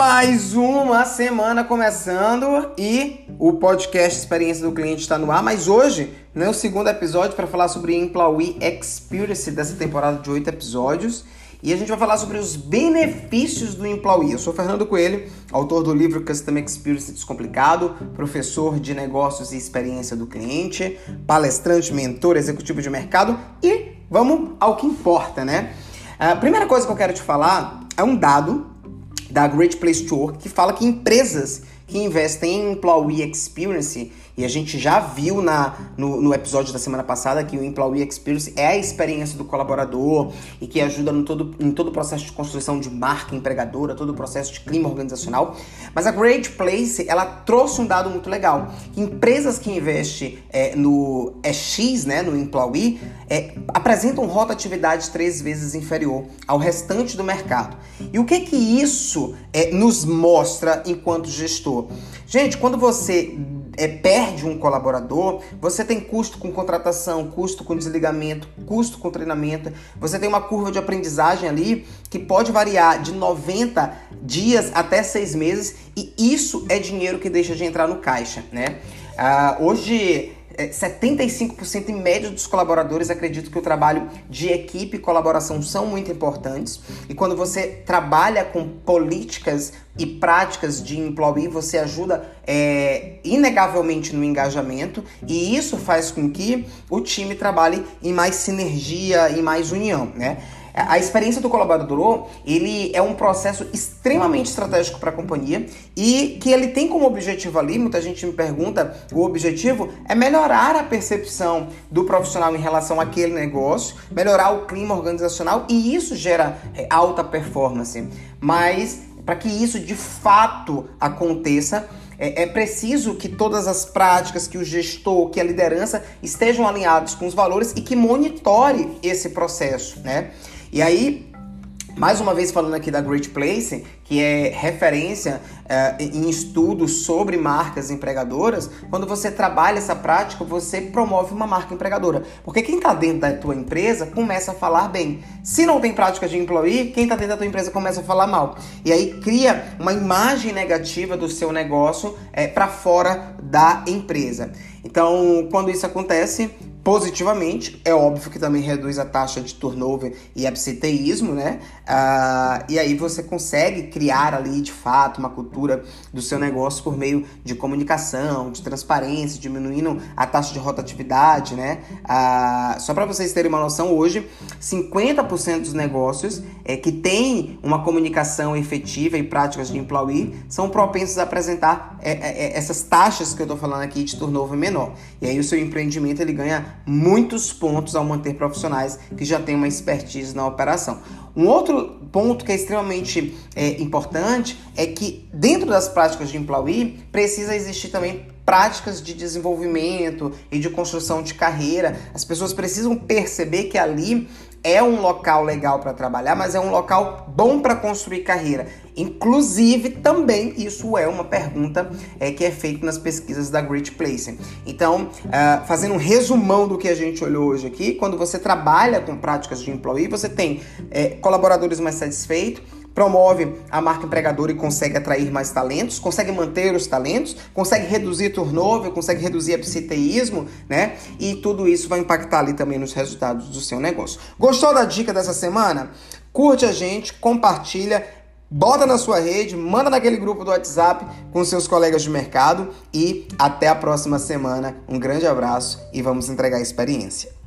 Mais uma semana começando e o podcast Experiência do Cliente está no ar, mas hoje não é o segundo episódio para falar sobre Employee Experience dessa temporada de 8 episódios e a gente vai falar sobre os benefícios do Employee. Eu sou Fernando Coelho, autor do livro Customer Experience Descomplicado, professor de negócios e experiência do cliente, palestrante, mentor, executivo de mercado e vamos ao que importa, né? A primeira coisa que eu quero te falar é um dado da Great Place to Work, que fala que empresas que investem em Employee Experience, e a gente já viu no episódio da semana passada que o Employee Experience é a experiência do colaborador e que ajuda em todo o processo de construção de marca empregadora, todo o processo de clima organizacional. Mas a Great Place, ela trouxe um dado muito legal. Empresas que investem no EX, né, no Employee, apresentam rotatividade 3 vezes inferior ao restante do mercado. E o que isso nos mostra enquanto gestor? Gente, quando você perde um colaborador, você tem custo com contratação, custo com desligamento, custo com treinamento, você tem uma curva de aprendizagem ali que pode variar de 90 dias até 6 meses e isso é dinheiro que deixa de entrar no caixa, né? Hoje 75% em média dos colaboradores acreditam que o trabalho de equipe e colaboração são muito importantes. E quando você trabalha com políticas e práticas de employee, você ajuda inegavelmente no engajamento. E isso faz com que o time trabalhe em mais sinergia e mais união, né? A experiência do colaborador, ele é um processo extremamente estratégico para a companhia e que ele tem como objetivo ali, muita gente me pergunta, o objetivo é melhorar a percepção do profissional em relação àquele negócio, melhorar o clima organizacional e isso gera alta performance. Mas para que isso de fato aconteça, é preciso que todas as práticas, que o gestor, que a liderança estejam alinhados com os valores e que monitore esse processo, né? E aí, mais uma vez falando aqui da Great Place, que é referência em estudos sobre marcas empregadoras, quando você trabalha essa prática, você promove uma marca empregadora. Porque quem está dentro da tua empresa começa a falar bem. Se não tem prática de employee, quem está dentro da tua empresa começa a falar mal. E aí cria uma imagem negativa do seu negócio para fora da empresa. Então, quando isso acontece positivamente, é óbvio que também reduz a taxa de turnover e absenteísmo, né? E aí você consegue criar ali, de fato, uma cultura do seu negócio por meio de comunicação, de transparência, diminuindo a taxa de rotatividade, né? Só para vocês terem uma noção, hoje, 50% dos negócios que têm uma comunicação efetiva e práticas de employee são propensos a apresentar essas taxas que eu tô falando aqui de turnover menor. E aí o seu empreendimento, ele ganha muitos pontos ao manter profissionais que já têm uma expertise na operação. Um outro ponto que é extremamente importante é que dentro das práticas de employee precisa existir também práticas de desenvolvimento e de construção de carreira. As pessoas precisam perceber que ali é um local legal para trabalhar, mas é um local bom para construir carreira. Inclusive, também isso é uma pergunta que é feita nas pesquisas da Great Place. Então, fazendo um resumão do que a gente olhou hoje aqui, quando você trabalha com práticas de employee, você tem colaboradores mais satisfeitos, promove a marca empregadora e consegue atrair mais talentos, consegue manter os talentos, consegue reduzir turnover, consegue reduzir absenteísmo, né? E tudo isso vai impactar ali também nos resultados do seu negócio. Gostou da dica dessa semana? Curte a gente, compartilha, bota na sua rede, manda naquele grupo do WhatsApp com seus colegas de mercado e até a próxima semana. Um grande abraço e vamos entregar a experiência.